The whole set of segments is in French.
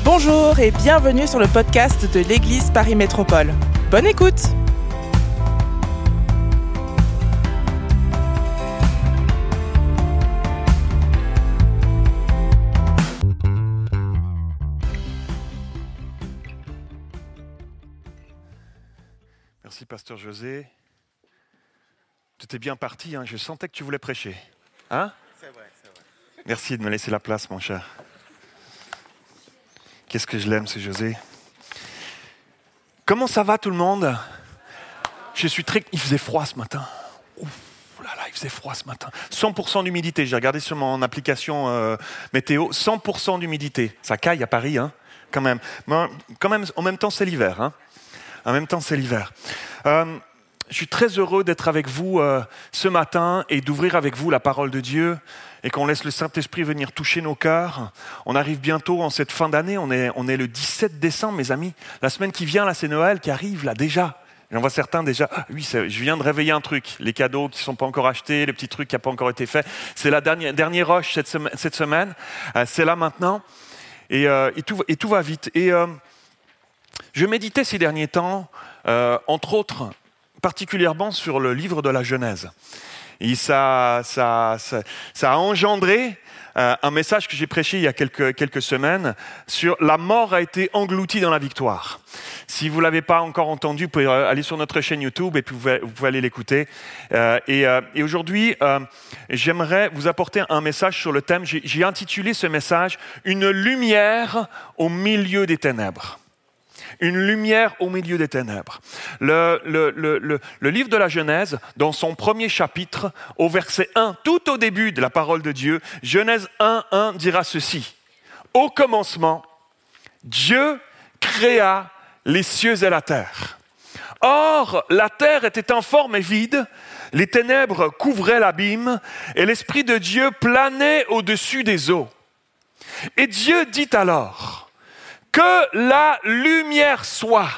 Bonjour et bienvenue sur le podcast de l'Église Paris Métropole. Bonne écoute! Merci, Pasteur José. Tu étais bien parti, hein? Je sentais que tu voulais prêcher. Hein? C'est vrai. Merci de me laisser la place, mon cher. Qu'est-ce que je l'aime, ce José. Comment ça va, tout le monde? Je suis très... Il faisait froid ce matin. Ouf, là, il faisait froid ce matin. 100% d'humidité. J'ai regardé sur mon application météo. 100% d'humidité. Ça caille à Paris, hein? Quand même. Mais quand même, en même temps, c'est l'hiver, hein? En même temps, c'est l'hiver. Je suis très heureux d'être avec vous ce matin et d'ouvrir avec vous la parole de Dieu et qu'on laisse le Saint-Esprit venir toucher nos cœurs. On arrive bientôt en cette fin d'année. On est le 17 décembre, mes amis. La semaine qui vient, là, c'est Noël qui arrive, là, déjà. J'en vois certains déjà. Ah, oui, je viens de réveiller un truc. Les cadeaux qui ne sont pas encore achetés, les petits trucs qui n'ont pas encore été faits. C'est la dernière rush cette semaine. C'est là maintenant. Et tout va vite. Et je méditais ces derniers temps, entre autres, particulièrement sur le livre de la Genèse. Et ça a engendré un message que j'ai prêché il y a quelques semaines sur la mort a été engloutie dans la victoire. Si vous ne l'avez pas encore entendu, vous pouvez aller sur notre chaîne YouTube et puis vous pouvez aller l'écouter. Et aujourd'hui, j'aimerais vous apporter un message sur le thème. J'ai intitulé ce message « Une lumière au milieu des ténèbres ». Une lumière au milieu des ténèbres. Le livre de la Genèse, dans son premier chapitre, au verset 1, tout au début de la parole de Dieu, Genèse 1 dira ceci. « Au commencement, Dieu créa les cieux et la terre. Or, la terre était informe et vide, les ténèbres couvraient l'abîme, et l'Esprit de Dieu planait au-dessus des eaux. Et Dieu dit alors... que la lumière soit.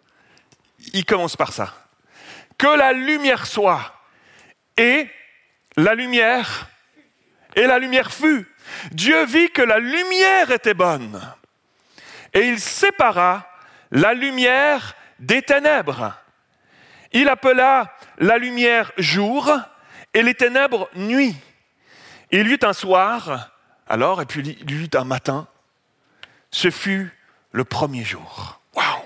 Il commence par ça. Que la lumière soit. Et la lumière fut. Dieu vit que la lumière était bonne. Et il sépara la lumière des ténèbres. Il appela la lumière jour et les ténèbres nuit. Il y eut un soir, alors, et puis il y eut un matin. Ce fut le premier jour. Waouh!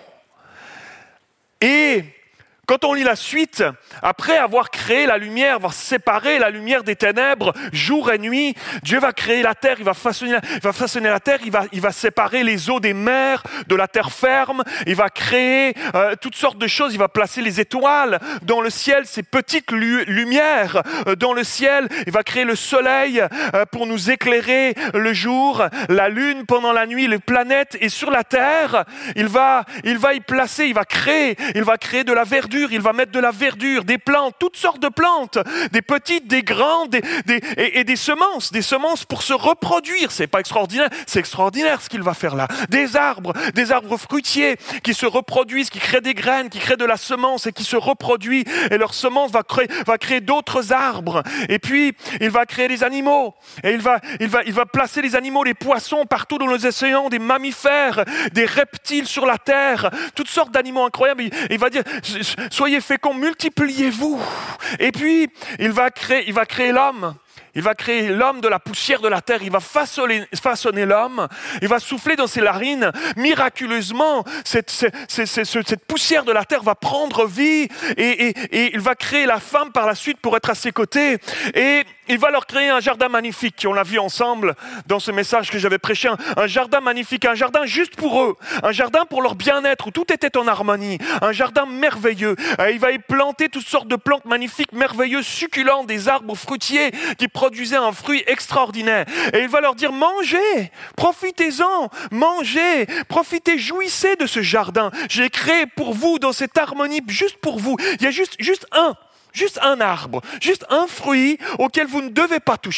Et quand on lit la suite, après avoir créé la lumière, avoir séparé la lumière des ténèbres, jour et nuit, Dieu va créer la terre, il va façonner la terre, il va séparer les eaux des mers, de la terre ferme, il va créer toutes sortes de choses, il va placer les étoiles dans le ciel, ces petites lumières dans le ciel, il va créer le soleil pour nous éclairer le jour, la lune pendant la nuit, les planètes, et sur la terre, il va y placer, il va créer de la verdure, il va mettre de la verdure, des plantes, toutes sortes de plantes, des petites, des grandes, et des semences pour se reproduire. C'est pas extraordinaire, c'est extraordinaire ce qu'il va faire là. Des arbres fruitiers qui se reproduisent, qui créent des graines, qui créent de la semence et qui se reproduit. Et leur semence va créer d'autres arbres. Et puis, il va créer des animaux. Et il va placer les animaux, les poissons partout dans les océans, des mammifères, des reptiles sur la terre, toutes sortes d'animaux incroyables. Il va dire... Soyez féconds, multipliez-vous. Et puis, il va créer l'homme. Il va créer l'homme de la poussière de la terre. Il va façonner l'homme. Il va souffler dans ses narines. Miraculeusement, cette poussière de la terre va prendre vie. Et il va créer la femme par la suite pour être à ses côtés. Et il va leur créer un jardin magnifique. On l'a vu ensemble dans ce message que j'avais prêché. Un jardin magnifique, un jardin juste pour eux. Un jardin pour leur bien-être où tout était en harmonie. Un jardin merveilleux. Il va y planter toutes sortes de plantes magnifiques, merveilleuses, succulentes, des arbres fruitiers qui produisaient un fruit extraordinaire. Et il va leur dire, mangez, profitez-en, mangez, profitez, jouissez de ce jardin. J'ai créé pour vous, dans cette harmonie, juste pour vous. Il y a juste un arbre, juste un fruit auquel vous ne devez pas toucher.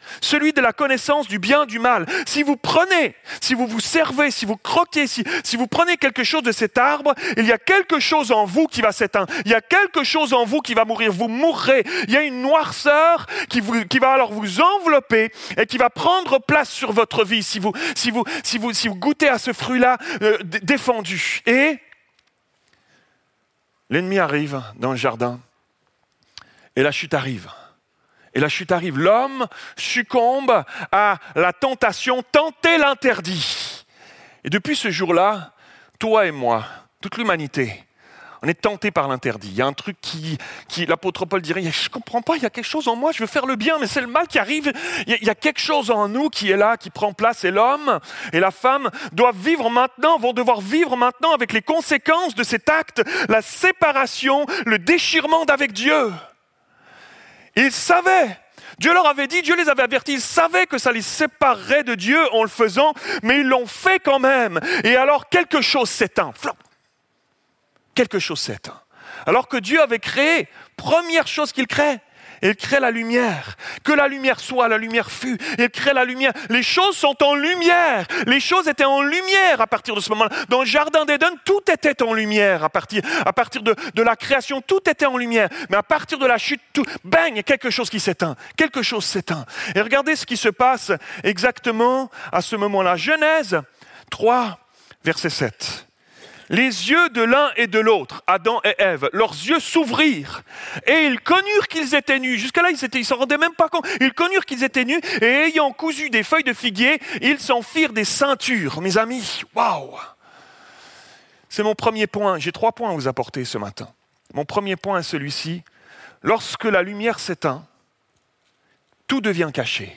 celui de la connaissance du bien, du mal. Si vous prenez, si vous vous servez, si vous croquez, si vous prenez quelque chose de cet arbre, il y a quelque chose en vous qui va s'éteindre. Il y a quelque chose en vous qui va mourir. Vous mourrez. Il y a une noirceur qui va alors vous envelopper et qui va prendre place sur votre vie si vous goûtez à ce fruit-là défendu. Et l'ennemi arrive dans le jardin et la chute arrive. Et la chute arrive. L'homme succombe à la tentation, tenter l'interdit. Et depuis ce jour-là, toi et moi, toute l'humanité, on est tenté par l'interdit. Il y a un truc qui l'apôtre Paul dirait, je ne comprends pas, il y a quelque chose en moi, je veux faire le bien, mais c'est le mal qui arrive. Il y a quelque chose en nous qui est là, qui prend place. Et l'homme et la femme vont devoir vivre maintenant avec les conséquences de cet acte, la séparation, le déchirement d'avec Dieu. Ils savaient, Dieu leur avait dit, Dieu les avait avertis, ils savaient que ça les séparerait de Dieu en le faisant, mais ils l'ont fait quand même. Et alors quelque chose s'éteint. Quelque chose s'éteint. Alors que Dieu avait créé, première chose qu'il crée, il crée la lumière. Que la lumière soit, la lumière fut. Il crée la lumière. Les choses sont en lumière. Les choses étaient en lumière à partir de ce moment-là. Dans le jardin d'Éden, tout était en lumière. À partir de la création, tout était en lumière. Mais à partir de la chute, bang, il y a quelque chose qui s'éteint. Quelque chose s'éteint. Et regardez ce qui se passe exactement à ce moment-là. Genèse 3, verset 7. Les yeux de l'un et de l'autre, Adam et Ève, leurs yeux s'ouvrirent et ils connurent qu'ils étaient nus. Jusqu'à là, ils ne s'en rendaient même pas compte. Ils connurent qu'ils étaient nus et ayant cousu des feuilles de figuier, ils s'en firent des ceintures. Mes amis, waouh! C'est mon premier point. J'ai 3 points à vous apporter ce matin. Mon premier point est celui-ci. Lorsque la lumière s'éteint, tout devient caché.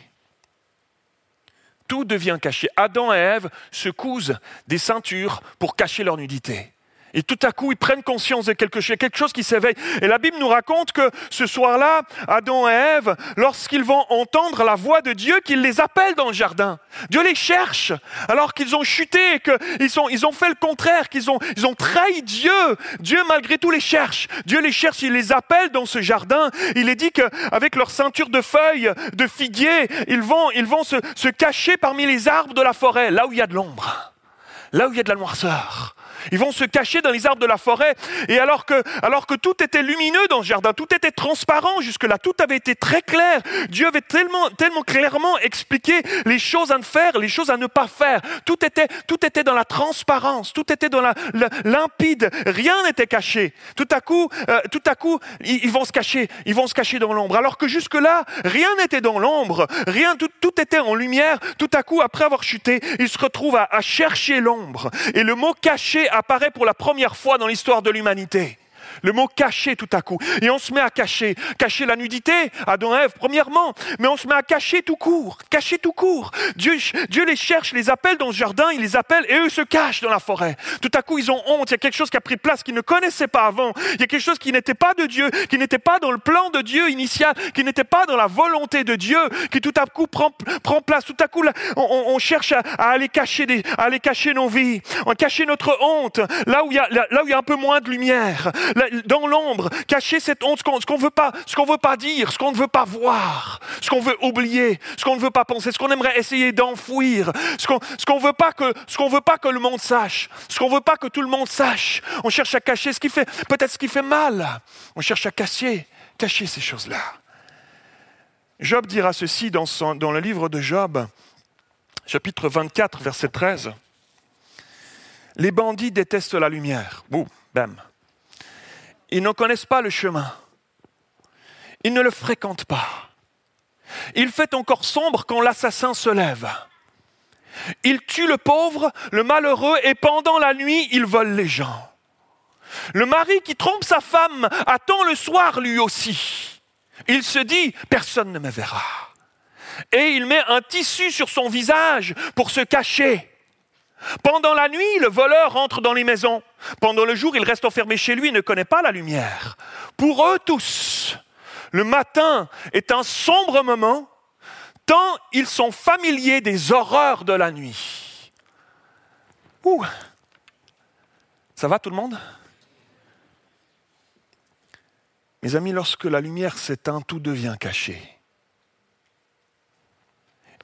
Tout devient caché. Adam et Ève se cousent des ceintures pour cacher leur nudité. Et tout à coup, ils prennent conscience de quelque chose qui s'éveille. Et la Bible nous raconte que ce soir-là, Adam et Ève, lorsqu'ils vont entendre la voix de Dieu, qu'il les appelle dans le jardin. Dieu les cherche, alors qu'ils ont chuté et qu'ils ont fait le contraire, qu'ils ont trahi Dieu. Dieu, malgré tout, les cherche. Dieu les cherche, il les appelle dans ce jardin. Il est dit qu'avec leur ceinture de feuilles, de figuier, ils vont se cacher parmi les arbres de la forêt, là où il y a de l'ombre, là où il y a de la noirceur. Ils vont se cacher dans les arbres de la forêt. Et alors que tout était lumineux dans ce jardin, tout était transparent jusque-là, tout avait été très clair. Dieu avait tellement clairement expliqué les choses à faire, les choses à ne pas faire. Tout était dans la transparence, tout était dans la limpide. Rien n'était caché. Tout à coup, ils vont se cacher dans l'ombre. Alors que jusque-là, rien n'était dans l'ombre, tout était en lumière. Tout à coup, après avoir chuté, ils se retrouvent à chercher l'ombre. Et le mot caché apparaît pour la première fois dans l'histoire de l'humanité. Le mot cacher tout à coup. Et on se met à cacher la nudité, Adam et Ève, premièrement, mais on se met à cacher tout court. Dieu les cherche, les appelle dans le jardin, il les appelle et eux se cachent dans la forêt. Tout à coup, ils ont honte, il y a quelque chose qui a pris place qu'ils ne connaissaient pas avant. Il y a quelque chose qui n'était pas de Dieu, qui n'était pas dans le plan de Dieu initial, qui n'était pas dans la volonté de Dieu, qui tout à coup prend place. Tout à coup, là, on cherche à aller cacher nos vies, à cacher notre honte, là où il y a un peu moins de lumière. Dans l'ombre, cacher cette honte, ce qu'on veut pas dire, ce qu'on ne veut pas voir, ce qu'on veut oublier, ce qu'on ne veut pas penser, ce qu'on aimerait essayer d'enfouir, ce qu'on veut pas que le monde sache, ce qu'on veut pas que tout le monde sache. On cherche à cacher ce qui fait mal. On cherche à cacher ces choses-là. Job dira ceci dans le livre de Job, chapitre 24, verset 13. Les bandits détestent la lumière. Boum, bam. Ils ne connaissent pas le chemin. Ils ne le fréquentent pas. Il fait encore sombre quand l'assassin se lève. Il tue le pauvre, le malheureux, et pendant la nuit, il vole les gens. Le mari qui trompe sa femme attend le soir lui aussi. Il se dit, personne ne me verra. Et il met un tissu sur son visage pour se cacher. Pendant la nuit, le voleur entre dans les maisons. Pendant le jour, il reste enfermé chez lui et ne connaît pas la lumière. Pour eux tous, le matin est un sombre moment, tant ils sont familiers des horreurs de la nuit. Ouh! Ça va tout le monde? Mes amis, lorsque la lumière s'éteint, tout devient caché.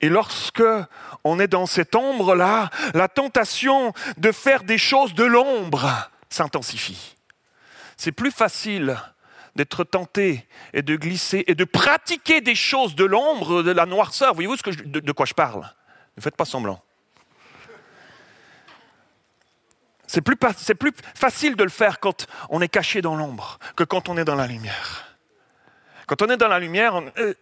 Et lorsque on est dans cette ombre-là, la tentation de faire des choses de l'ombre s'intensifie. C'est plus facile d'être tenté et de glisser et de pratiquer des choses de l'ombre, de la noirceur. Voyez-vous de quoi je parle? Ne faites pas semblant. C'est plus facile de le faire quand on est caché dans l'ombre que quand on est dans la lumière. Quand on est dans la lumière,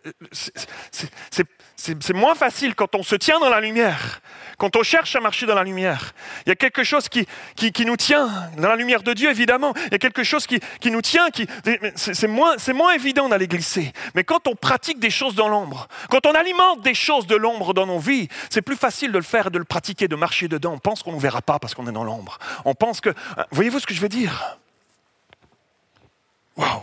c'est moins facile quand on se tient dans la lumière, quand on cherche à marcher dans la lumière. Il y a quelque chose qui nous tient, dans la lumière de Dieu évidemment, il y a quelque chose qui nous tient, c'est moins évident d'aller glisser. Mais quand on pratique des choses dans l'ombre, quand on alimente des choses de l'ombre dans nos vies, c'est plus facile de le faire et de le pratiquer, de marcher dedans. On pense qu'on ne nous verra pas parce qu'on est dans l'ombre. On pense que... Voyez-vous ce que je veux dire? Waouh!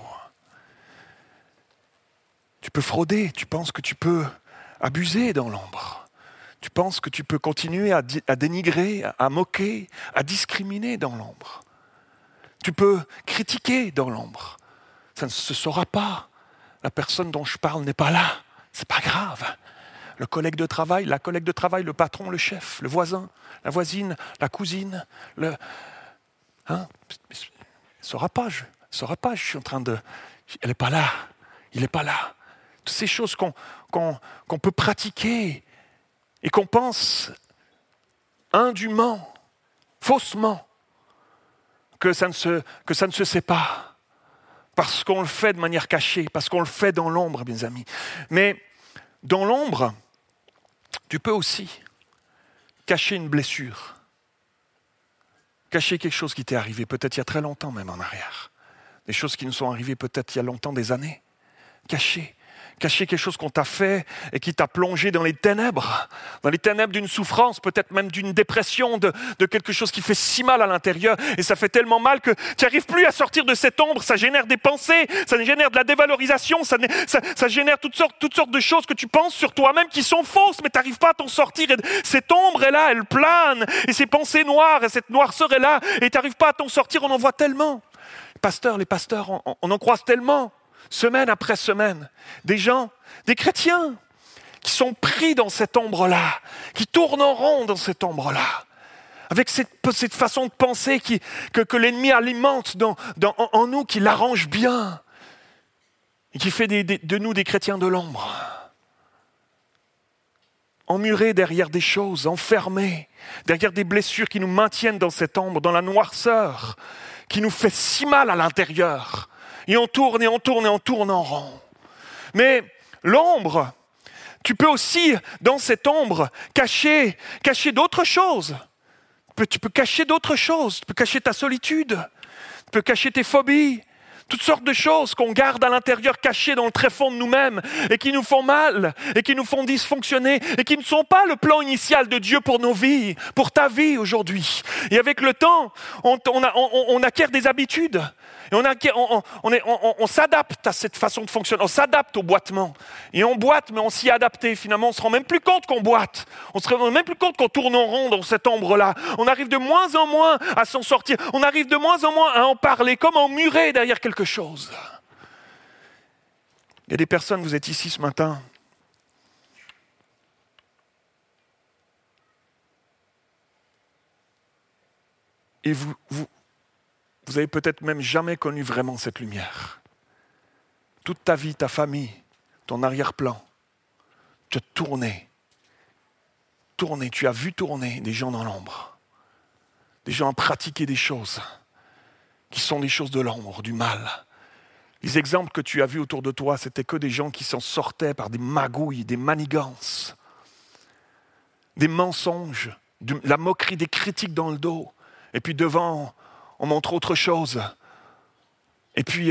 Tu peux frauder, tu penses que tu peux abuser dans l'ombre. Tu penses que tu peux continuer à dénigrer, à moquer, à discriminer dans l'ombre. Tu peux critiquer dans l'ombre. Ça ne se saura pas. La personne dont je parle n'est pas là. C'est pas grave. Le collègue de travail, la collègue de travail, le patron, le chef, le voisin, la voisine, la cousine, elle ne saura pas. Je suis en train de... Elle n'est pas là. Il n'est pas là. Toutes ces choses qu'on peut pratiquer et qu'on pense indûment, faussement, que ça ne se sait pas, parce qu'on le fait de manière cachée, parce qu'on le fait dans l'ombre, mes amis. Mais dans l'ombre, tu peux aussi cacher une blessure, cacher quelque chose qui t'est arrivé, peut-être il y a très longtemps même en arrière, des choses qui nous sont arrivées peut-être il y a longtemps, des années, cacher quelque chose qu'on t'a fait et qui t'a plongé dans les ténèbres d'une souffrance, peut-être même d'une dépression, de quelque chose qui fait si mal à l'intérieur. Et ça fait tellement mal que tu n'arrives plus à sortir de cette ombre. Ça génère des pensées, ça génère de la dévalorisation, ça génère toutes sortes de choses que tu penses sur toi-même qui sont fausses, mais tu n'arrives pas à t'en sortir. Et cette ombre est là, elle plane, et ces pensées noires, et cette noirceur est là, et tu n'arrives pas à t'en sortir. On en voit tellement. Les pasteurs, on en croise tellement. Semaine après semaine, des gens, des chrétiens qui sont pris dans cette ombre-là, qui tournent en rond dans cette ombre-là, avec cette façon de penser que l'ennemi alimente en nous, qui l'arrange bien, et qui fait de nous des chrétiens de l'ombre. Emmurés derrière des choses, enfermés, derrière des blessures qui nous maintiennent dans cette ombre, dans la noirceur, qui nous fait si mal à l'intérieur. Et on tourne en rond. Mais l'ombre, tu peux aussi, dans cette ombre, cacher d'autres choses. Tu peux cacher d'autres choses. Tu peux cacher ta solitude. Tu peux cacher tes phobies. Toutes sortes de choses qu'on garde à l'intérieur, cachées dans le tréfonds de nous-mêmes, et qui nous font mal, et qui nous font dysfonctionner, et qui ne sont pas le plan initial de Dieu pour nos vies, pour ta vie aujourd'hui. Et avec le temps, on acquiert des habitudes. Et on s'adapte à cette façon de fonctionner, on s'adapte au boitement. Et on boite, mais on s'y est adapté. Finalement, on ne se rend même plus compte qu'on boite. On ne se rend même plus compte qu'on tourne en rond dans cette ombre-là. On arrive de moins en moins à s'en sortir. On arrive de moins en moins à en parler, comme emmuré derrière quelque chose. Il y a des personnes, vous êtes ici ce matin. Et vous avez peut-être même jamais connu vraiment cette lumière. Toute ta vie, ta famille, ton arrière-plan, tu as tourné, tu as vu tourner des gens dans l'ombre. Des gens à pratiquer des choses qui sont des choses de l'ombre, du mal. Les exemples que tu as vus autour de toi, c'était que des gens qui s'en sortaient par des magouilles, des manigances, des mensonges, la moquerie, des critiques dans le dos. Et puis devant, on montre autre chose. Et puis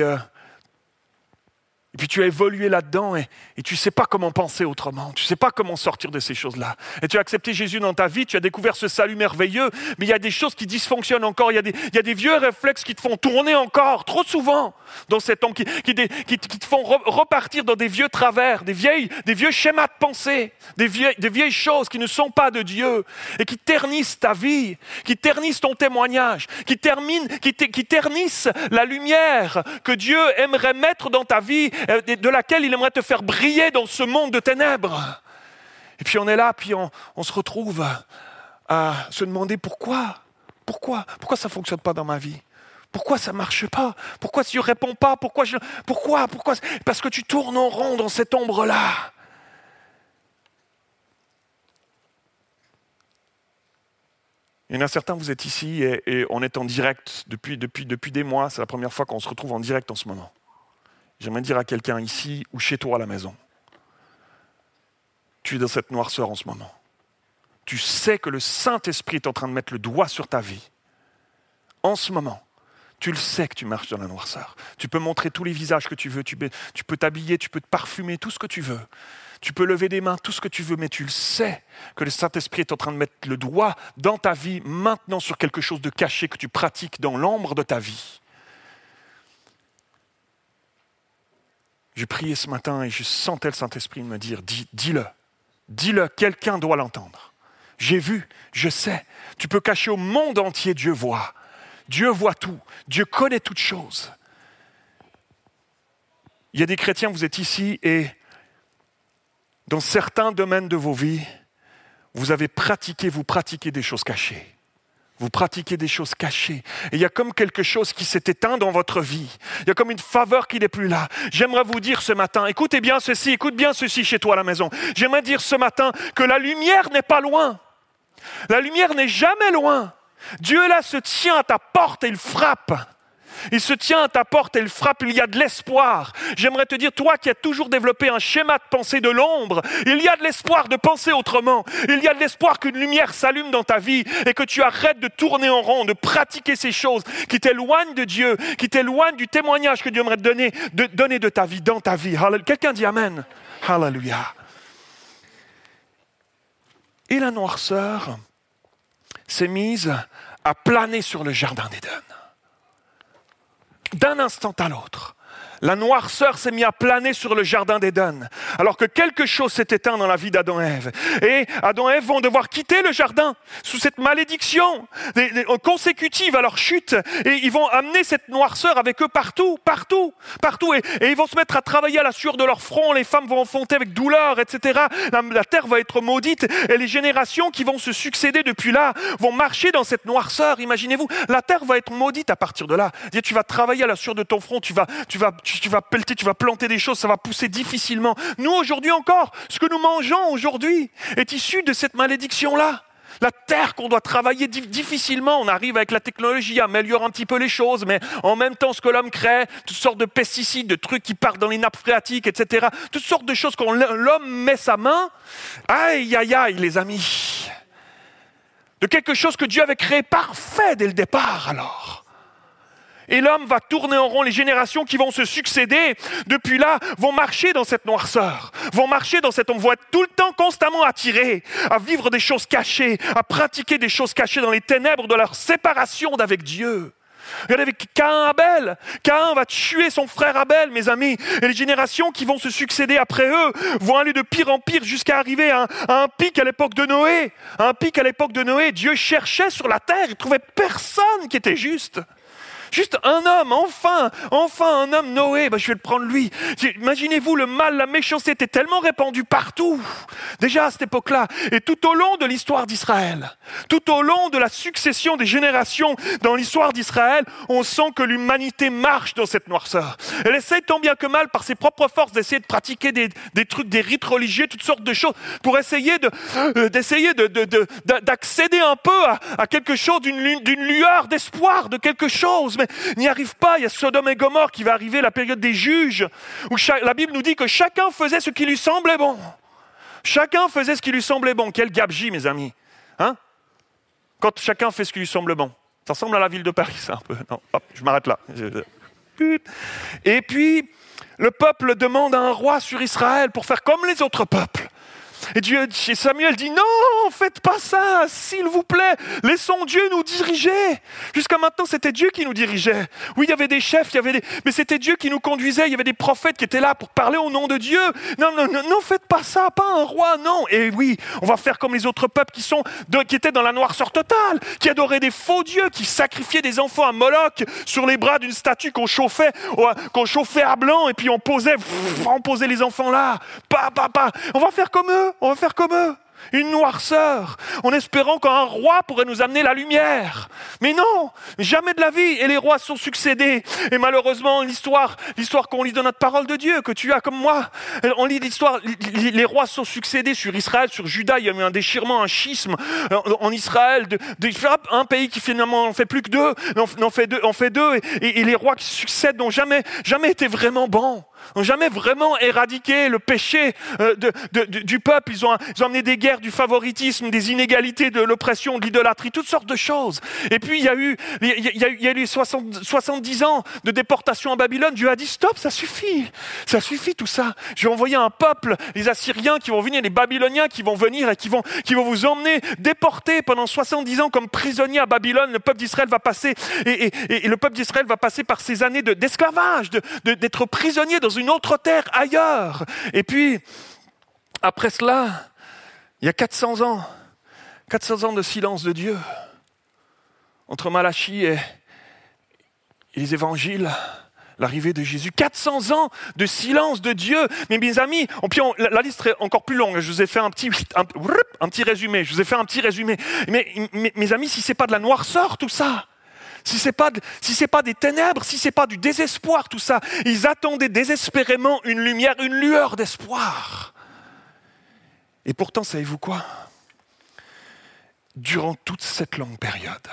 tu as évolué là-dedans et tu ne sais pas comment penser autrement. Tu ne sais pas comment sortir de ces choses-là. Et tu as accepté Jésus dans ta vie, tu as découvert ce salut merveilleux, mais il y a des choses qui dysfonctionnent encore. Il y a des vieux réflexes qui te font tourner encore, trop souvent, dans cette ombre, qui te font repartir dans des vieux travers, des vieux schémas de pensée, des vieilles choses qui ne sont pas de Dieu et qui ternissent ta vie, qui ternissent ton témoignage, qui ternissent la lumière que Dieu aimerait mettre dans ta vie, de laquelle il aimerait te faire briller dans ce monde de ténèbres. Et puis on est là, puis on se retrouve à se demander pourquoi ça ne fonctionne pas dans ma vie? Pourquoi ça ne marche pas? Pourquoi tu ne réponds pas? Pourquoi? Parce que tu tournes en rond dans cette ombre-là. Il y en a certains, vous êtes ici et on est en direct depuis des mois. C'est la première fois qu'on se retrouve en direct en ce moment. J'aimerais dire à quelqu'un ici ou chez toi à la maison, tu es dans cette noirceur en ce moment. Tu sais que le Saint-Esprit est en train de mettre le doigt sur ta vie. En ce moment, tu le sais que tu marches dans la noirceur. Tu peux montrer tous les visages que tu veux, tu peux t'habiller, tu peux te parfumer, tout ce que tu veux. Tu peux lever des mains, tout ce que tu veux, mais tu le sais que le Saint-Esprit est en train de mettre le doigt dans ta vie maintenant sur quelque chose de caché que tu pratiques dans l'ombre de ta vie. J'ai prié ce matin et je sentais le Saint-Esprit me dire, dis-le, quelqu'un doit l'entendre. J'ai vu, je sais, tu peux cacher au monde entier, Dieu voit tout, Dieu connaît toutes choses. Il y a des chrétiens, vous êtes ici et dans certains domaines de vos vies, vous pratiquez des choses cachées. Vous pratiquez des choses cachées. Et il y a comme quelque chose qui s'est éteint dans votre vie. Il y a comme une faveur qui n'est plus là. J'aimerais vous dire ce matin, écoute bien ceci chez toi à la maison. J'aimerais dire ce matin que la lumière n'est pas loin. La lumière n'est jamais loin. Dieu là se tient à ta porte et il frappe. Il se tient à ta porte et il frappe, il y a de l'espoir. J'aimerais te dire, toi qui as toujours développé un schéma de pensée de l'ombre, il y a de l'espoir de penser autrement. Il y a de l'espoir qu'une lumière s'allume dans ta vie et que tu arrêtes de tourner en rond, de pratiquer ces choses qui t'éloignent de Dieu, qui t'éloignent du témoignage que Dieu aimerait te donner de ta vie, dans ta vie. Quelqu'un dit Amen. Alléluia. Et la noirceur s'est mise à planer sur le jardin d'Éden. D'un instant à l'autre, la noirceur s'est mise à planer sur le jardin d'Éden, alors que quelque chose s'est éteint dans la vie d'Adam et Ève. Et Adam et Ève vont devoir quitter le jardin sous cette malédiction consécutive à leur chute. Et ils vont amener cette noirceur avec eux partout. Et ils vont se mettre à travailler à la sueur de leur front. Les femmes vont enfanter avec douleur, etc. La terre va être maudite. Et les générations qui vont se succéder depuis là vont marcher dans cette noirceur. Imaginez-vous, la terre va être maudite à partir de là. Tu vas travailler à la sueur de ton front, tu vas pelleter, tu vas planter des choses, ça va pousser difficilement. Nous, aujourd'hui encore, ce que nous mangeons aujourd'hui est issu de cette malédiction-là. La terre qu'on doit travailler difficilement, on arrive avec la technologie à améliorer un petit peu les choses, mais en même temps, ce que l'homme crée, toutes sortes de pesticides, de trucs qui partent dans les nappes phréatiques, etc. Toutes sortes de choses quand l'homme met sa main, aïe, les amis, de quelque chose que Dieu avait créé parfait dès le départ, alors. Et l'homme va tourner en rond, les générations qui vont se succéder, depuis là, vont marcher dans cette noirceur, vont être tout le temps constamment attirés à vivre des choses cachées, à pratiquer des choses cachées dans les ténèbres de leur séparation d'avec Dieu. Regardez avec Abel. Caïn va tuer son frère Abel, mes amis. Et les générations qui vont se succéder après eux vont aller de pire en pire jusqu'à arriver à un pic à l'époque de Noé. Dieu cherchait sur la terre, il trouvait personne qui était juste. Juste un homme, enfin un homme, Noé, je vais le prendre lui. Imaginez-vous, le mal, la méchanceté était tellement répandue partout, déjà à cette époque-là, et tout au long de l'histoire d'Israël, tout au long de la succession des générations dans l'histoire d'Israël, on sent que l'humanité marche dans cette noirceur. Elle essaie tant bien que mal, par ses propres forces, d'essayer de pratiquer des trucs, des rites religieux, toutes sortes de choses, pour essayer d'accéder un peu à quelque chose, d'une lueur d'espoir, de quelque chose. Mais n'y arrive pas. Il y a Sodome et Gomorrhe qui va arriver, la période des juges, où la Bible nous dit que chacun faisait ce qui lui semblait bon. Quel gabegie, mes amis. Hein? Quand chacun fait ce qui lui semble bon. Ça ressemble à la ville de Paris, ça, un peu. Non, hop, je m'arrête là. Et puis, le peuple demande à un roi sur Israël pour faire comme les autres peuples. Et Samuel dit, non, faites pas ça, s'il vous plaît, laissons Dieu nous diriger. Jusqu'à maintenant, c'était Dieu qui nous dirigeait. Oui, il y avait des chefs, mais c'était Dieu qui nous conduisait, il y avait des prophètes qui étaient là pour parler au nom de Dieu. Non, faites pas ça, pas un roi, non. Et oui, on va faire comme les autres peuples qui étaient dans la noirceur totale, qui adoraient des faux dieux, qui sacrifiaient des enfants à Moloch sur les bras d'une statue qu'on chauffait à blanc, et puis on posait les enfants là. On va faire comme eux. on va faire comme eux. Une noirceur, en espérant qu'un roi pourrait nous amener la lumière. Mais non, jamais de la vie. Et les rois sont succédés. Et malheureusement, l'histoire qu'on lit dans notre parole de Dieu, que tu as comme moi, on lit l'histoire, les rois sont succédés sur Israël, sur Juda. Il y a eu un déchirement, un schisme en Israël. Un pays qui finalement n'en fait plus que deux, en fait deux. Et les rois qui succèdent n'ont jamais été vraiment bons. N'ont jamais vraiment éradiqué le péché du peuple. Ils ont amené des guerres, du favoritisme, des inégalités, de l'oppression, de l'idolâtrie, toutes sortes de choses. Et puis il y a eu les 70 ans de déportation en Babylone. Dieu a dit stop, ça suffit tout ça. Je vais envoyer un peuple, les Assyriens qui vont venir, les Babyloniens qui vont venir et qui vont vous emmener déportés pendant 70 ans comme prisonniers à Babylone. Le peuple d'Israël va passer et le peuple d'Israël va passer par ces années d'esclavage, d'être prisonnier dans une autre terre ailleurs. Et puis, après cela, il y a 400 ans de silence de Dieu. Entre Malachie et les évangiles, l'arrivée de Jésus. 400 ans de silence de Dieu. Mais mes amis, la liste est encore plus longue. Je vous ai fait un petit résumé. Mais mes amis, si ce n'est pas de la noirceur, tout ça, si c'est pas des ténèbres, si c'est pas du désespoir, tout ça, ils attendaient désespérément une lumière, une lueur d'espoir. Et pourtant, savez-vous quoi? Durant toute cette longue période,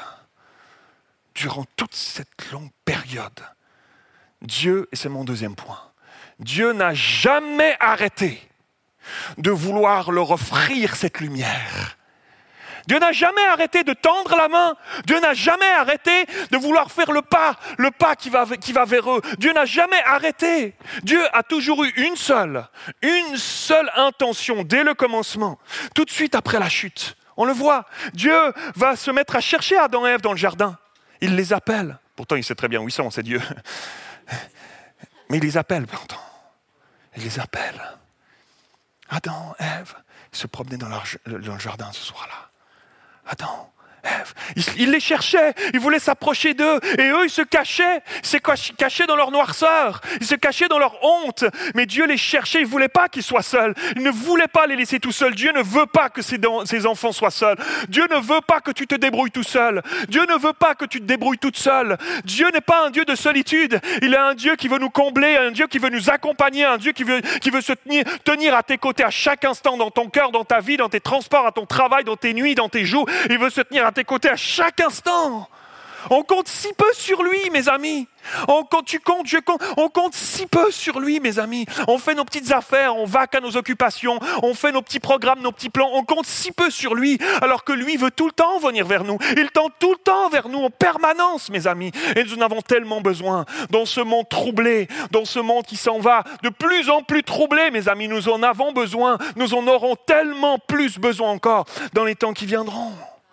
Dieu, et c'est mon deuxième point, Dieu n'a jamais arrêté de vouloir leur offrir cette lumière. Dieu n'a jamais arrêté de tendre la main. Dieu n'a jamais arrêté de vouloir faire le pas qui va vers eux. Dieu n'a jamais arrêté. Dieu a toujours eu une seule intention dès le commencement, tout de suite après la chute. On le voit, Dieu va se mettre à chercher Adam et Ève dans le jardin. Il les appelle. Pourtant, il sait très bien où ils sont, c'est Dieu. Mais il les appelle pourtant. Il les appelle. Adam, Ève, ils se promenaient dans le jardin ce soir-là. Adam, Ève, il les cherchait, il voulait s'approcher d'eux, et eux, ils se cachaient dans leur noirceur, ils se cachaient dans leur honte, mais Dieu les cherchait, il ne voulait pas qu'ils soient seuls, il ne voulait pas les laisser tout seuls, Dieu ne veut pas que ses enfants soient seuls, Dieu ne veut pas que tu te débrouilles tout seul, Dieu ne veut pas que tu te débrouilles toute seule, Dieu n'est pas un Dieu de solitude, il est un Dieu qui veut nous combler, un Dieu qui veut nous accompagner, un Dieu qui veut se tenir à tes côtés à chaque instant, dans ton cœur, dans ta vie, dans tes transports, à ton travail, dans tes nuits, dans tes jours, il veut se tenir à tes côtés à chaque instant. On compte si peu sur lui, mes amis. On compte si peu sur lui, mes amis. On fait nos petites affaires, on vaque à nos occupations, on fait nos petits programmes, nos petits plans. On compte si peu sur lui, alors que lui veut tout le temps venir vers nous. Il tend tout le temps vers nous en permanence, mes amis. Et nous en avons tellement besoin. Dans ce monde troublé, dans ce monde qui s'en va de plus en plus troublé, mes amis, nous en avons besoin. Nous en aurons tellement plus besoin encore dans les temps qui viendront.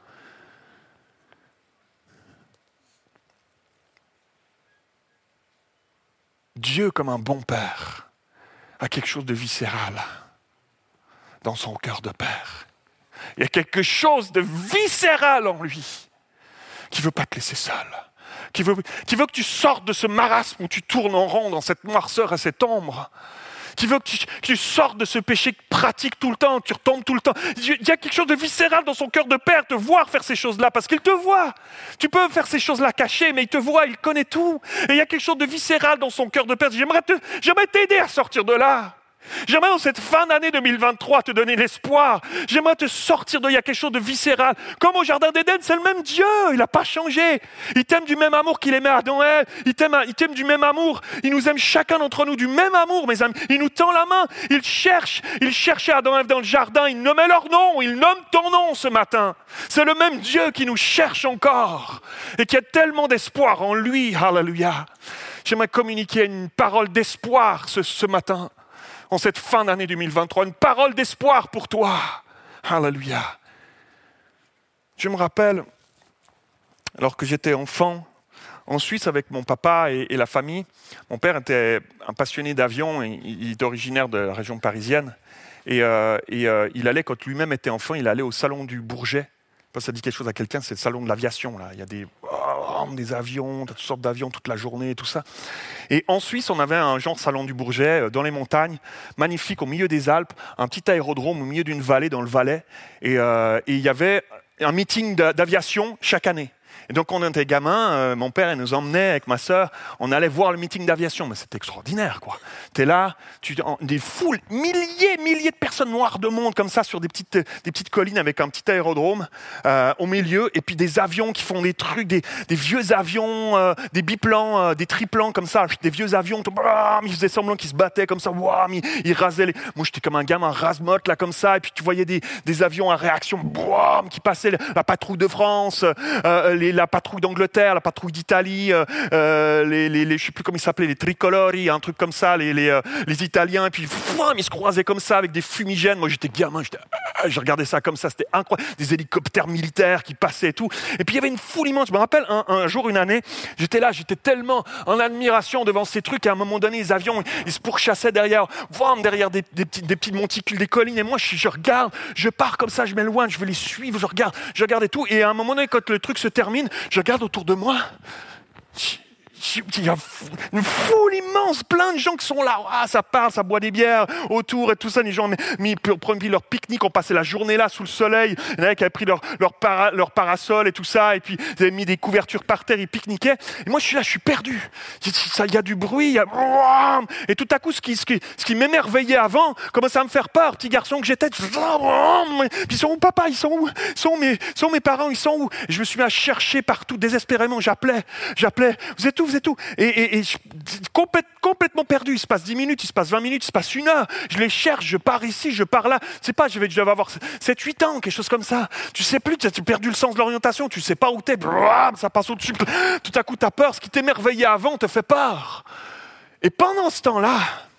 Dieu, comme un bon père, a quelque chose de viscéral dans son cœur de père. Il y a quelque chose de viscéral en lui qui ne veut pas te laisser seul, qui veut que tu sortes de ce marasme où tu tournes en rond dans cette noirceur et cette ombre, qui veut que tu sortes de ce péché pratique tout le temps, que tu retombes tout le temps. Il y a quelque chose de viscéral dans son cœur de père, te voir faire ces choses-là, parce qu'il te voit. Tu peux faire ces choses-là cachées, mais il te voit, il connaît tout. Et il y a quelque chose de viscéral dans son cœur de père. J'aimerais t'aider à sortir de là. J'aimerais dans cette fin d'année 2023 te donner l'espoir. J'aimerais te sortir de... Il y a quelque chose de viscéral. Comme au Jardin d'Éden, c'est le même Dieu. Il n'a pas changé. Il t'aime du même amour qu'il aimait Adam et Ève. Il t'aime du même amour. Il nous aime chacun d'entre nous du même amour, mes amis. Il nous tend la main. Il cherchait Adam et Ève dans le jardin. Il nommait leur nom. Il nomme ton nom ce matin. C'est le même Dieu qui nous cherche encore et qui a tellement d'espoir en lui. Alléluia. J'aimerais communiquer une parole d'espoir ce matin. En cette fin d'année 2023, une parole d'espoir pour toi. Alléluia. Je me rappelle, alors que j'étais enfant, en Suisse avec mon papa et la famille, mon père était un passionné d'avion, il est originaire de la région parisienne, et il allait, quand lui-même était enfant, il allait au salon du Bourget, pas si ça dit quelque chose à quelqu'un, c'est le salon de l'aviation. Là. Il y a des avions, toutes sortes d'avions toute la journée, tout ça. Et en Suisse, on avait un genre salon du Bourget, dans les montagnes, magnifique, au milieu des Alpes, un petit aérodrome au milieu d'une vallée, dans le Valais. Et il y avait un meeting d'aviation chaque année. Et donc, quand on était gamin, mon père il nous emmenait avec ma sœur, on allait voir le meeting d'aviation. Mais c'était extraordinaire, quoi. T'es là, des foules, milliers de personnes noires de monde comme ça sur des petites collines avec un petit aérodrome au milieu, et puis des avions qui font des trucs, des vieux avions, des biplans, des triplans comme ça, des vieux avions. Ils faisaient semblant qu'ils se battaient comme ça, ils rasaient les... Moi, j'étais comme un gamin rase-motte là comme ça, et puis tu voyais des avions à réaction qui passaient, la patrouille de France, la patrouille d'Angleterre, la patrouille d'Italie, je sais plus comment ils s'appelaient, les tricolori, un truc comme ça, les Italiens, et puis ils se croisaient comme ça avec des fumigènes. Moi j'étais gamin, je regardais ça comme ça, c'était incroyable, des hélicoptères militaires qui passaient et tout. Et puis il y avait une foule immense. Je me rappelle un jour, une année, j'étais là, j'étais tellement en admiration devant ces trucs, et à un moment donné, les avions, ils se pourchassaient derrière des petits monticules, des collines, et moi je regarde, je pars comme ça, je m'éloigne, je veux les suivre, je regarde et tout, et à un moment donné, quand le truc se termine, je regarde autour de moi, il y a une foule immense, plein de gens qui sont là, ça parle, ça boit des bières autour et tout ça, les gens ont pris leur pique-nique, ont passé la journée là sous le soleil, il y en a qui avaient pris leur parasol et tout ça, et puis ils avaient mis des couvertures par terre, ils pique-niquaient, et moi je suis là, je suis perdu, il y a du bruit, et tout à coup ce qui m'émerveillait avant commençait à me faire peur, petit garçon que j'étais, puis ils sont où papa, ils sont où mes parents, ils sont où, et je me suis mis à chercher partout désespérément, j'appelais, vous êtes où? Et je, complètement perdu. Il se passe 10 minutes, il se passe 20 minutes, il se passe 1 heure. Je les cherche, je pars ici, je pars là. C'est pas, je vais avoir 7-8 ans, quelque chose comme ça. Tu sais plus, tu as perdu le sens de l'orientation, tu sais pas où t'es. Ça passe au-dessus. Tout à coup, tu as peur. Ce qui t'émerveillait avant te fait peur. Et pendant ce temps-là,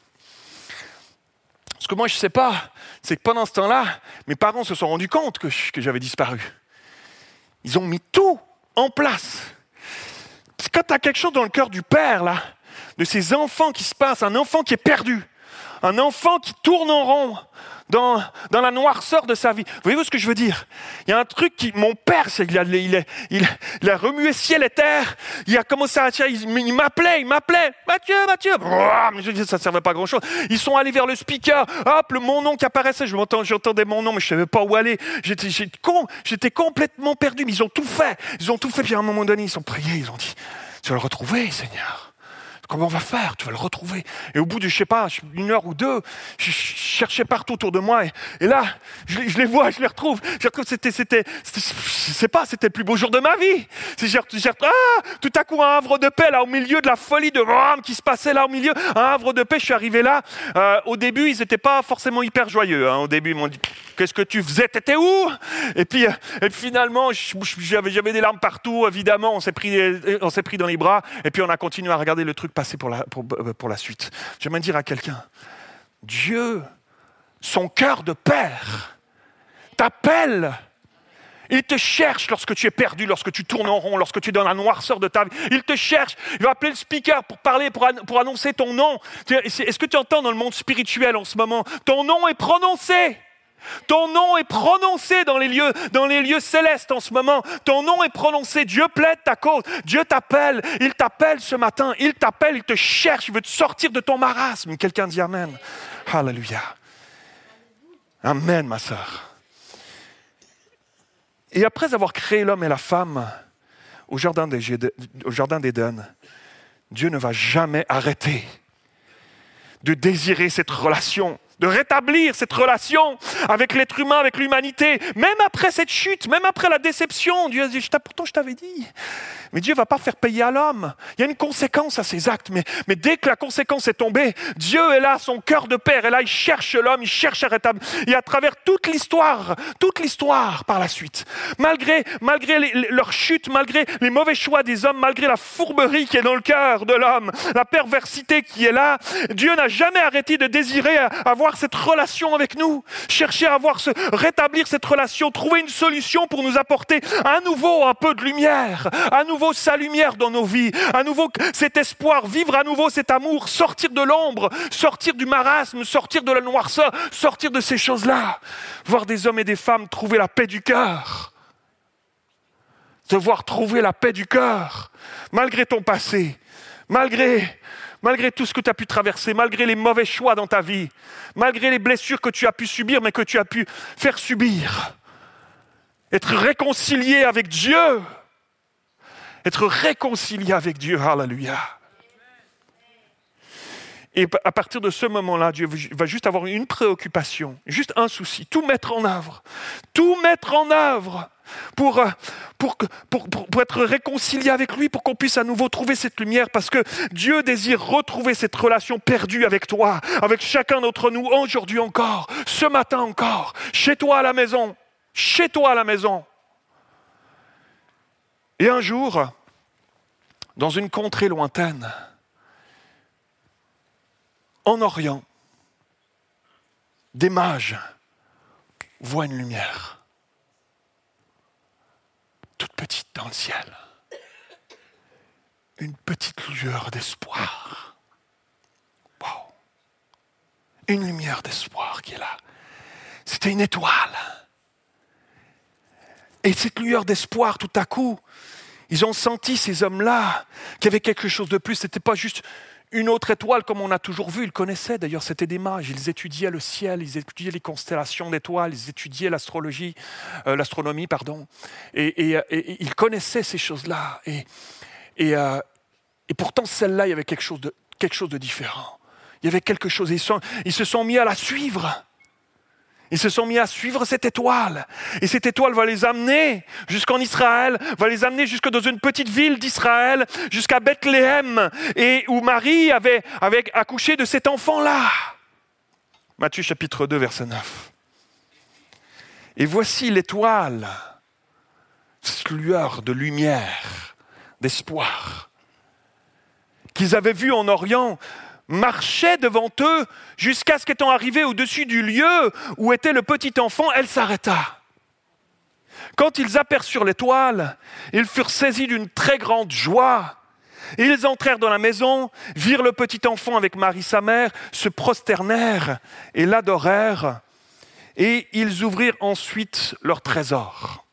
ce que moi je sais pas, c'est que pendant ce temps-là, mes parents se sont rendus compte que j'avais disparu. Ils ont mis tout en place. Quand tu as quelque chose dans le cœur du père, là, de ces enfants qui se passent, un enfant qui est perdu, un enfant qui tourne en rond dans la noirceur de sa vie. Voyez-vous ce que je veux dire? Il y a un truc mon père, il a remué ciel et terre, il a commencé à il m'appelait, Mathieu, ça ne servait pas à grand chose. Ils sont allés vers le speaker, hop, mon nom qui apparaissait, j'entendais mon nom, mais je ne savais pas où aller, j'étais complètement perdu, mais ils ont tout fait, puis à un moment donné, ils ont prié, ils ont dit, tu vas le retrouver, Seigneur. Comment on va faire? Tu vas le retrouver. Et au bout de, 1 heure ou 2, je cherchais partout autour de moi. Et là, je les vois, je les retrouve. C'était le plus beau jour de ma vie. Tout à coup, un havre de paix, là, au milieu de la folie de Rome qui se passait là au milieu. Un havre de paix, je suis arrivé là. Au début, ils n'étaient pas forcément hyper joyeux. Au début, ils m'ont dit, qu'est-ce que tu faisais? T'étais où? Et puis finalement, j'avais des larmes partout. Évidemment, on s'est pris dans les bras. Et puis on a continué à regarder le truc passer pour la suite. J'aimerais dire à quelqu'un, Dieu, son cœur de père, t'appelle. Il te cherche lorsque tu es perdu, lorsque tu tournes en rond, lorsque tu es dans la noirceur de ta vie. Il te cherche. Il va appeler le speaker pour parler, pour annoncer ton nom. Est-ce que tu entends dans le monde spirituel en ce moment? Ton nom est prononcé. Ton nom est prononcé dans les lieux célestes en ce moment. Ton nom est prononcé. Dieu plaide ta cause. Dieu t'appelle. Il t'appelle ce matin. Il t'appelle, il te cherche. Il veut te sortir de ton marasme. Quelqu'un dit Amen. Alléluia. Amen, ma sœur. Et après avoir créé l'homme et la femme au jardin d'Éden, Dieu ne va jamais arrêter de désirer cette relation, de rétablir cette relation avec l'être humain, avec l'humanité, même après cette chute, même après la déception. Dieu a dit, pourtant je t'avais dit. Mais Dieu ne va pas faire payer à l'homme. Il y a une conséquence à ses actes, mais dès que la conséquence est tombée, Dieu est là, son cœur de père est là, il cherche l'homme, il cherche à rétablir. Et à travers toute l'histoire par la suite, malgré leur chute, malgré les mauvais choix des hommes, malgré la fourberie qui est dans le cœur de l'homme, la perversité qui est là, Dieu n'a jamais arrêté de désirer avoir cette relation avec nous, chercher à rétablir cette relation, trouver une solution pour nous apporter à nouveau un peu de lumière, à nouveau sa lumière dans nos vies, à nouveau cet espoir, vivre à nouveau cet amour, sortir de l'ombre, sortir du marasme, sortir de la noirceur, sortir de ces choses-là, voir des hommes et des femmes trouver la paix du cœur. te voir trouver la paix du cœur, malgré ton passé, malgré tout ce que tu as pu traverser, malgré les mauvais choix dans ta vie, malgré les blessures que tu as pu subir, mais que tu as pu faire subir. Être réconcilié avec Dieu. Être réconcilié avec Dieu. Alléluia. Et à partir de ce moment-là, Dieu va juste avoir une préoccupation, juste un souci, tout mettre en œuvre. Tout mettre en œuvre pour être réconcilié avec lui, pour qu'on puisse à nouveau trouver cette lumière, parce que Dieu désire retrouver cette relation perdue avec toi, avec chacun d'entre nous, aujourd'hui encore, ce matin encore, chez toi à la maison, Et un jour, dans une contrée lointaine, en Orient, des mages voient une lumière, toute petite dans le ciel, une petite lueur d'espoir. Wow. Une lumière d'espoir qui est là. C'était une étoile. Et cette lueur d'espoir, tout à coup, ils ont senti, ces hommes-là, qu'il y avait quelque chose de plus. Ce n'était pas juste une autre étoile comme on a toujours vu. Ils connaissaient, d'ailleurs, c'était des mages. Ils étudiaient le ciel, ils étudiaient les constellations d'étoiles, ils étudiaient l'astronomie. Et ils connaissaient ces choses-là. Et pourtant, celle-là, il y avait quelque chose de différent. Il y avait quelque chose. Ils se sont mis à la suivre. Ils se sont mis à suivre cette étoile. Et cette étoile va les amener jusqu'en Israël, va les amener jusque dans une petite ville d'Israël, jusqu'à Bethléem, et où Marie avait accouché de cet enfant-là. Matthieu chapitre 2, verset 9. Et voici l'étoile, cette lueur de lumière, d'espoir, qu'ils avaient vue en Orient, marchait devant eux jusqu'à ce qu'étant arrivée au-dessus du lieu où était le petit enfant, elle s'arrêta. Quand ils aperçurent l'étoile, ils furent saisis d'une très grande joie. Et ils entrèrent dans la maison, virent le petit enfant avec Marie sa mère, se prosternèrent et l'adorèrent. Et ils ouvrirent ensuite leur trésor.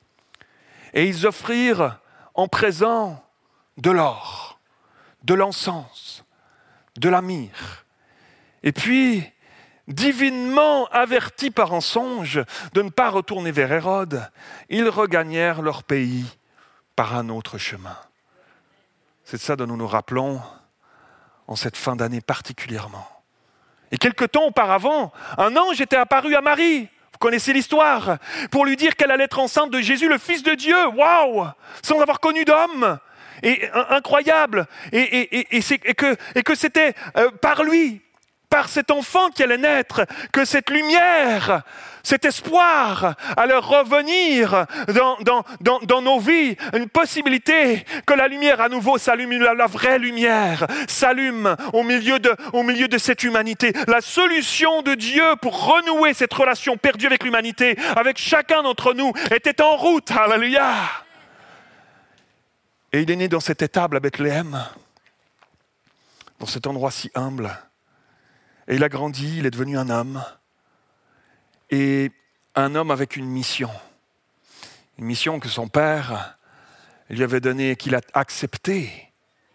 Et ils offrirent en présent de l'or, de l'encens, de la myrrhe. Et puis, divinement avertis par un songe de ne pas retourner vers Hérode, ils regagnèrent leur pays par un autre chemin. C'est de ça dont nous nous rappelons en cette fin d'année particulièrement. Et quelque temps auparavant, un ange était apparu à Marie. Vous connaissez l'histoire, pour lui dire qu'elle allait être enceinte de Jésus, le Fils de Dieu. Waouh! Sans avoir connu d'homme. Et incroyable, et que c'était par lui, par cet enfant qui allait naître, que cette lumière, cet espoir allait revenir dans nos vies, une possibilité que la lumière à nouveau s'allume, la vraie lumière s'allume au milieu de cette humanité. La solution de Dieu pour renouer cette relation perdue avec l'humanité, avec chacun d'entre nous, était en route. Alléluia! Et il est né dans cette étable à Bethléem, dans cet endroit si humble. Et il a grandi, il est devenu un homme. Et un homme avec une mission. Une mission que son père lui avait donnée et qu'il a acceptée.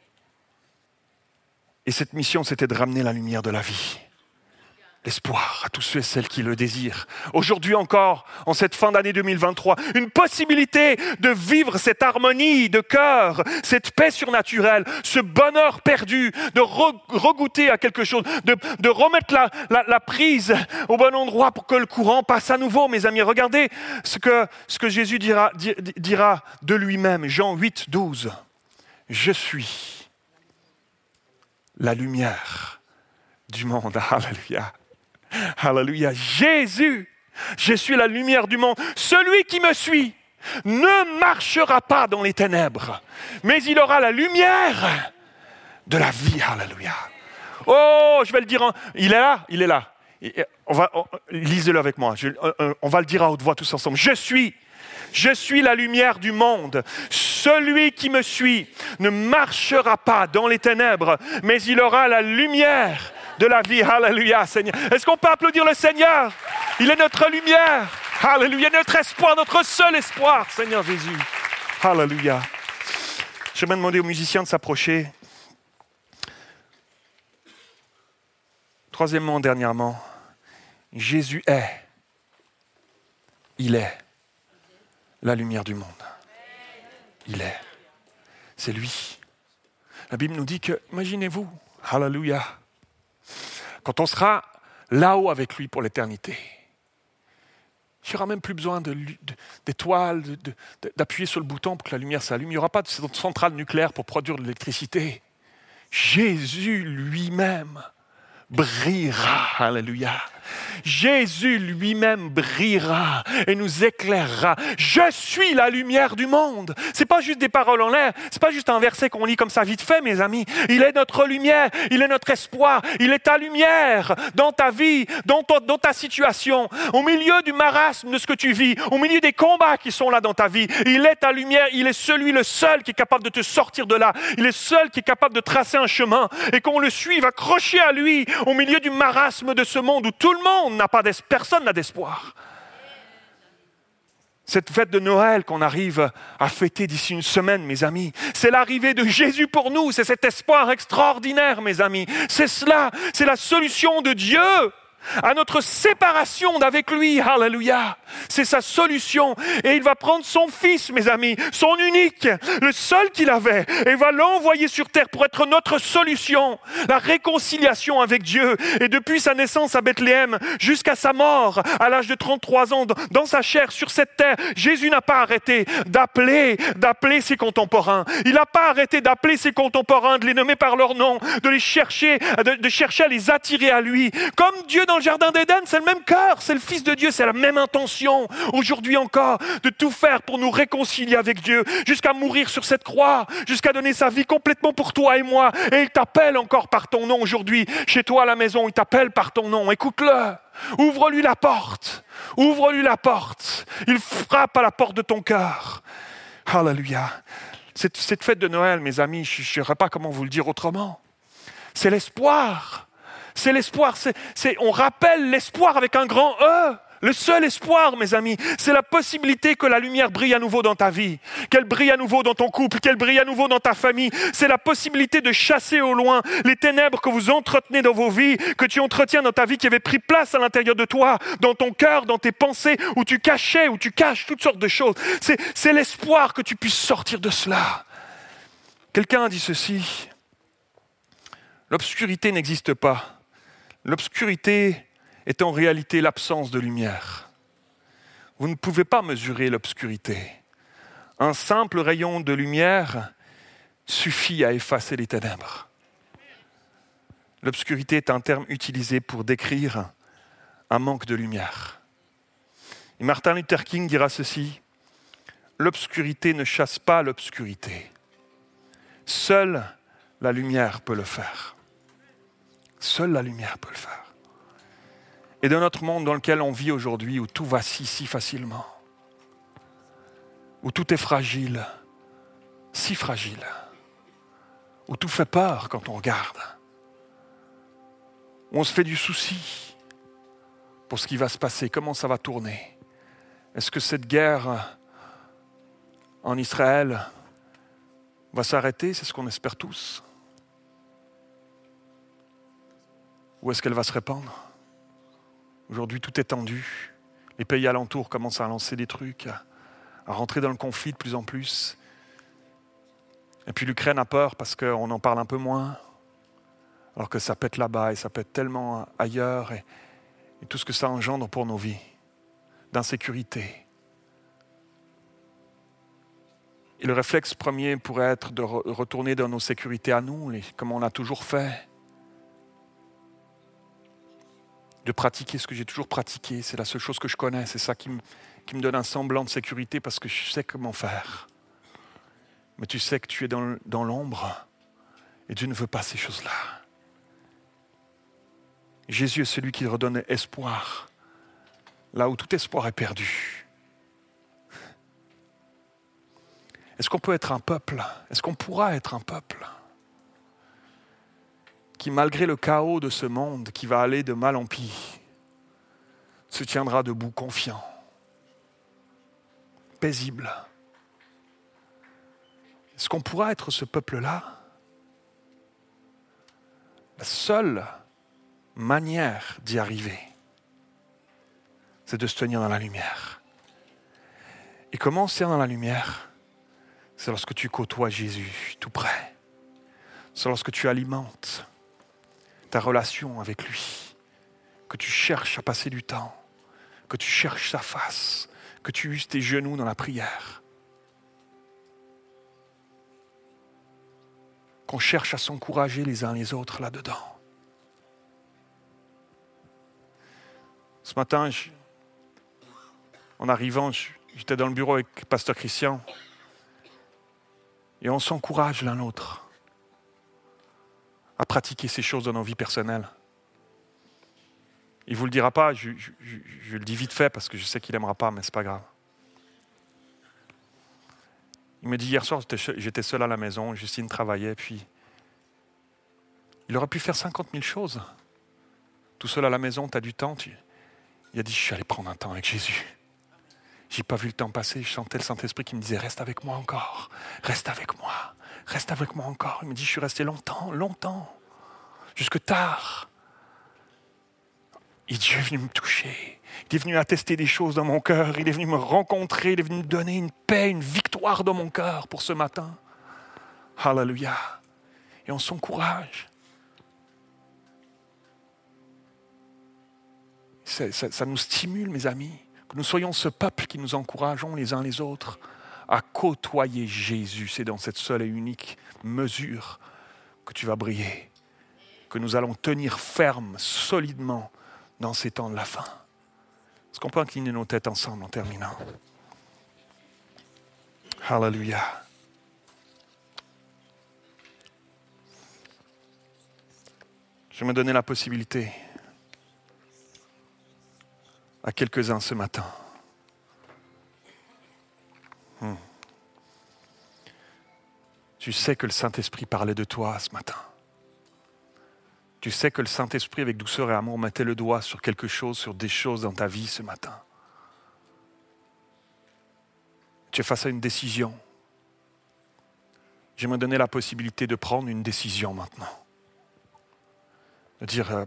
Et cette mission, c'était de ramener la lumière de la vie. L'espoir à tous ceux et celles qui le désirent. Aujourd'hui encore, en cette fin d'année 2023, une possibilité de vivre cette harmonie de cœur, cette paix surnaturelle, ce bonheur perdu, de regoûter à quelque chose, de remettre la prise au bon endroit pour que le courant passe à nouveau, mes amis. Regardez ce que Jésus dira de lui-même. Jean 8, 12. Je suis la lumière du monde. Alléluia. Alléluia. Jésus, je suis la lumière du monde. Celui qui me suit ne marchera pas dans les ténèbres, mais il aura la lumière de la vie. Alléluia. Oh, je vais le dire. Il est là. Lisez-le avec moi. On va le dire à haute voix tous ensemble. Je suis la lumière du monde. Celui qui me suit ne marchera pas dans les ténèbres, mais il aura la lumière de la vie. Alléluia, Seigneur. Est-ce qu'on peut applaudir le Seigneur? Il est notre lumière. Alléluia, notre espoir, notre seul espoir, Seigneur Jésus. Alléluia. J'aimerais demander aux musiciens de s'approcher. Troisièmement, dernièrement, Jésus est, il est la lumière du monde. Il est. C'est lui. La Bible nous dit que, imaginez-vous, Alléluia, quand on sera là-haut avec lui pour l'éternité, il n'y aura même plus besoin d'étoiles, d'appuyer sur le bouton pour que la lumière s'allume. Il n'y aura pas de centrale nucléaire pour produire de l'électricité. Jésus lui-même brillera. Alléluia. Jésus lui-même brillera et nous éclairera. Je suis la lumière du monde. C'est pas juste des paroles en l'air. C'est pas juste un verset qu'on lit comme ça vite fait, mes amis. Il est notre lumière. Il est notre espoir. Il est ta lumière dans ta vie, dans ta situation, au milieu du marasme de ce que tu vis, au milieu des combats qui sont là dans ta vie. Il est ta lumière. Il est le seul qui est capable de te sortir de là. Il est seul qui est capable de tracer un chemin et qu'on le suive accroché à lui au milieu du marasme de ce monde où tout le monde n'a pas d'espoir, personne n'a d'espoir. Cette fête de Noël qu'on arrive à fêter d'ici une semaine, mes amis, c'est l'arrivée de Jésus pour nous, c'est cet espoir extraordinaire, mes amis. C'est cela, c'est la solution de Dieu à notre séparation d'avec lui. Alléluia. C'est sa solution. Et il va prendre son fils, mes amis, son unique, le seul qu'il avait, et va l'envoyer sur terre pour être notre solution, la réconciliation avec Dieu. Et depuis sa naissance à Bethléem jusqu'à sa mort, à l'âge de 33 ans, dans sa chair sur cette terre, Jésus n'a pas arrêté d'appeler ses contemporains. Il n'a pas arrêté d'appeler ses contemporains, de les nommer par leur nom, de les chercher, de chercher à les attirer à lui. Comme Dieu dans le jardin d'Éden, c'est le même cœur, c'est le Fils de Dieu, c'est la même intention, aujourd'hui encore, de tout faire pour nous réconcilier avec Dieu, jusqu'à mourir sur cette croix, jusqu'à donner sa vie complètement pour toi et moi. Et il t'appelle encore par ton nom aujourd'hui, chez toi à la maison, il t'appelle par ton nom, écoute-le, ouvre-lui la porte, il frappe à la porte de ton cœur. Alléluia. Cette fête de Noël, mes amis, je ne saurais pas comment vous le dire autrement, c'est l'espoir. C'est l'espoir, on rappelle l'espoir avec un grand E. Le seul espoir, mes amis, c'est la possibilité que la lumière brille à nouveau dans ta vie, qu'elle brille à nouveau dans ton couple, qu'elle brille à nouveau dans ta famille. C'est la possibilité de chasser au loin les ténèbres que vous entretenez dans vos vies, que tu entretiens dans ta vie, qui avaient pris place à l'intérieur de toi, dans ton cœur, dans tes pensées, où tu caches toutes sortes de choses. C'est l'espoir que tu puisses sortir de cela. Quelqu'un a dit ceci: l'obscurité n'existe pas. L'obscurité est en réalité l'absence de lumière. Vous ne pouvez pas mesurer l'obscurité. Un simple rayon de lumière suffit à effacer les ténèbres. L'obscurité est un terme utilisé pour décrire un manque de lumière. Et Martin Luther King dira ceci: l'obscurité ne chasse pas l'obscurité. Seule la lumière peut le faire. Seule la lumière peut le faire. Et dans notre monde dans lequel on vit aujourd'hui, où tout vacille si facilement, où tout est fragile, si fragile, où tout fait peur quand on regarde, où on se fait du souci pour ce qui va se passer, comment ça va tourner. Est-ce que cette guerre en Israël va s'arrêter? C'est ce qu'on espère tous. Ou est-ce qu'elle va se répandre? Aujourd'hui, tout est tendu. Les pays alentours commencent à lancer des trucs, à rentrer dans le conflit de plus en plus. Et puis l'Ukraine a peur parce qu'on en parle un peu moins, alors que ça pète là-bas et ça pète tellement ailleurs, et tout ce que ça engendre pour nos vies, d'insécurité. Et le réflexe premier pourrait être de retourner dans nos sécurités à nous, comme on a toujours fait. De pratiquer ce que j'ai toujours pratiqué, c'est la seule chose que je connais, c'est ça qui me donne un semblant de sécurité parce que je sais comment faire. Mais tu sais que tu es dans l'ombre et Dieu ne veut pas ces choses-là. Jésus est celui qui redonne espoir, là où tout espoir est perdu. Est-ce qu'on peut être un peuple? Est-ce qu'on pourra être un peuple qui, malgré le chaos de ce monde qui va aller de mal en pis, se tiendra debout, confiant, paisible, Est-ce qu'on pourra être ce peuple-là? La seule manière d'y arriver, c'est de se tenir dans la lumière. Et comment se tenir dans la lumière? C'est lorsque tu côtoies Jésus tout près. C'est lorsque tu alimentes ta relation avec lui, que tu cherches à passer du temps, que tu cherches sa face, que tu uses tes genoux dans la prière, qu'on cherche à s'encourager les uns les autres là-dedans. Ce matin, en arrivant, j'étais dans le bureau avec Pasteur Christian et on s'encourage l'un l'autre à pratiquer ces choses dans nos vies personnelles. Il ne vous le dira pas, je le dis vite fait parce que je sais qu'il n'aimera pas, mais ce n'est pas grave. Il me dit hier soir, j'étais seul à la maison, Justine travaillait, puis il aurait pu faire 50 000 choses. Tout seul à la maison, tu as du temps. Il a dit, je suis allé prendre un temps avec Jésus. Je n'ai pas vu le temps passer, je sentais le Saint-Esprit qui me disait, reste avec moi encore, reste avec moi encore. Il me dit, je suis resté longtemps, jusque tard. Et Dieu est venu me toucher, il est venu attester des choses dans mon cœur, il est venu me rencontrer, il est venu me donner une paix, une victoire dans mon cœur pour ce matin. Alléluia. Et on s'encourage. Ça nous stimule, mes amis, que nous soyons ce peuple qui nous encourageons les uns les autres à côtoyer Jésus. C'est dans cette seule et unique mesure que tu vas briller, que nous allons tenir ferme, solidement, dans ces temps de la fin. Est-ce qu'on peut incliner nos têtes ensemble en terminant? Alléluia. Je vais me donner la possibilité à quelques-uns ce matin. Tu sais que le Saint-Esprit parlait de toi ce matin. Tu sais que le Saint-Esprit, avec douceur et amour, mettait le doigt sur quelque chose, sur des choses dans ta vie ce matin. Tu es face à une décision. Je vais me donner la possibilité de prendre une décision maintenant. De dire,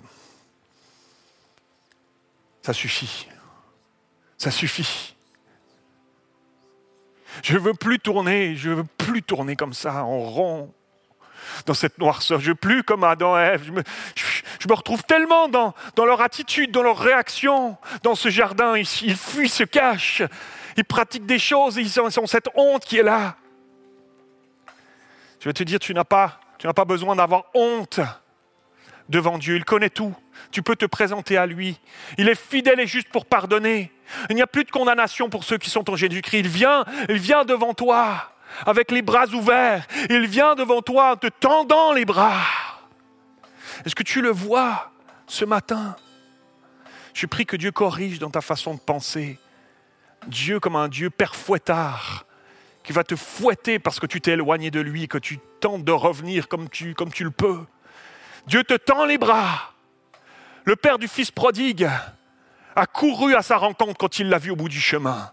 ça suffit. Ça suffit. Je ne veux plus tourner comme ça, en rond, dans cette noirceur. Je ne veux plus comme Adam et Ève. Je me retrouve tellement dans leur attitude, dans leur réaction, dans ce jardin. Ils fuient, se cachent. Ils pratiquent des choses et ils ont cette honte qui est là. Je vais te dire, tu n'as pas besoin d'avoir honte devant Dieu. Il connaît tout. Tu peux te présenter à lui. Il est fidèle et juste pour pardonner. Il n'y a plus de condamnation pour ceux qui sont en Jésus-Christ. Il vient devant toi avec les bras ouverts. Il vient devant toi en te tendant les bras. Est-ce que tu le vois ce matin? Je prie que Dieu corrige dans ta façon de penser. Dieu comme un Dieu père fouettard qui va te fouetter parce que tu t'es éloigné de lui, que tu tentes de revenir comme tu le peux. Dieu te tend les bras. Le père du fils prodigue a couru à sa rencontre quand il l'a vu au bout du chemin.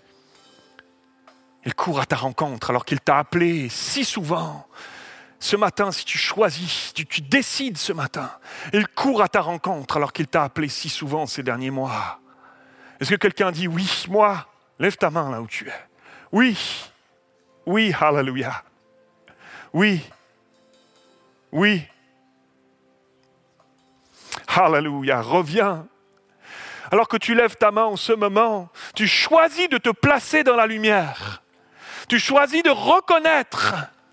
Il court à ta rencontre alors qu'il t'a appelé si souvent. Ce matin, si tu choisis, tu décides ce matin, il court à ta rencontre alors qu'il t'a appelé si souvent ces derniers mois. Est-ce que quelqu'un dit oui, moi? Lève ta main là où tu es. Oui, alléluia. Oui. Alléluia, reviens. Alors que tu lèves ta main en ce moment, tu choisis de te placer dans la lumière. Tu choisis de reconnaître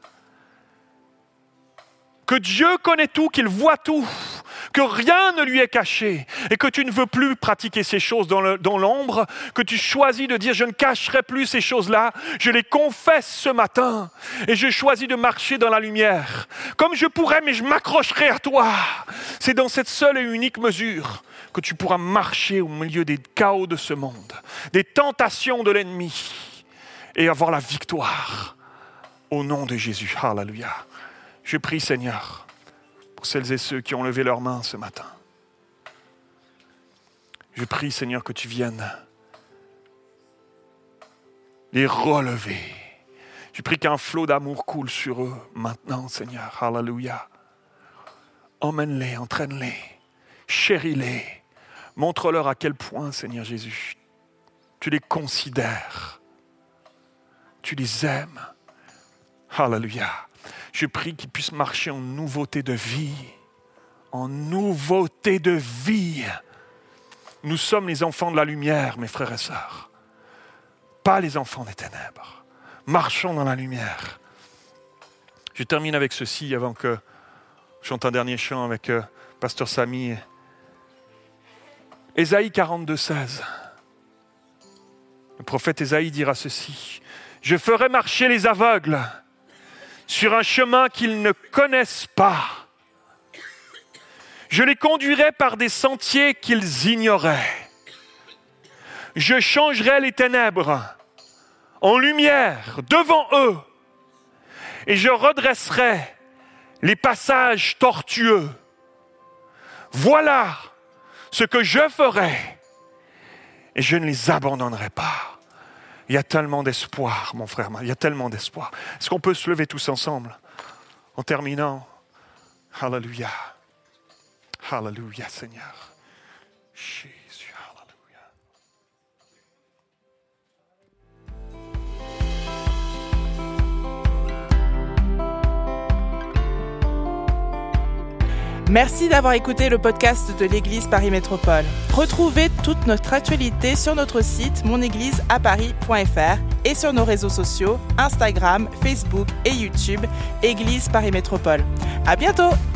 que Dieu connaît tout, qu'il voit tout, que rien ne lui est caché et que tu ne veux plus pratiquer ces choses dans l'ombre, que tu choisis de dire je ne cacherai plus ces choses-là, je les confesse ce matin et je choisis de marcher dans la lumière. Comme je pourrais, mais je m'accrocherai à toi. C'est dans cette seule et unique mesure que tu pourras marcher au milieu des chaos de ce monde, des tentations de l'ennemi et avoir la victoire au nom de Jésus. Alléluia. Je prie, Seigneur, pour celles et ceux qui ont levé leurs mains ce matin. Je prie, Seigneur, que tu viennes les relever. Je prie qu'un flot d'amour coule sur eux maintenant, Seigneur. Alléluia. Emmène-les, entraîne-les, chéris-les. Montre-leur à quel point, Seigneur Jésus, tu les considères. Tu les aimes. Alléluia. Je prie qu'ils puissent marcher en nouveauté de vie. En nouveauté de vie. Nous sommes les enfants de la lumière, mes frères et sœurs. Pas les enfants des ténèbres. Marchons dans la lumière. Je termine avec ceci avant que je chante un dernier chant avec Pasteur Samy. Ésaïe 42, 16. Le prophète Ésaïe dira ceci. Je ferai marcher les aveugles sur un chemin qu'ils ne connaissent pas. Je les conduirai par des sentiers qu'ils ignoraient. Je changerai les ténèbres en lumière devant eux et je redresserai les passages tortueux. Voilà ce que je ferai et je ne les abandonnerai pas. Il y a tellement d'espoir, mon frère, il y a tellement d'espoir. Est-ce qu'on peut se lever tous ensemble en terminant? Alléluia. Alléluia, Seigneur. Jésus, alléluia. Merci d'avoir écouté le podcast de l'Église Paris Métropole. Retrouvez toute notre actualité sur notre site monégliseaparis.fr et sur nos réseaux sociaux Instagram, Facebook et YouTube, Église Paris Métropole. À bientôt!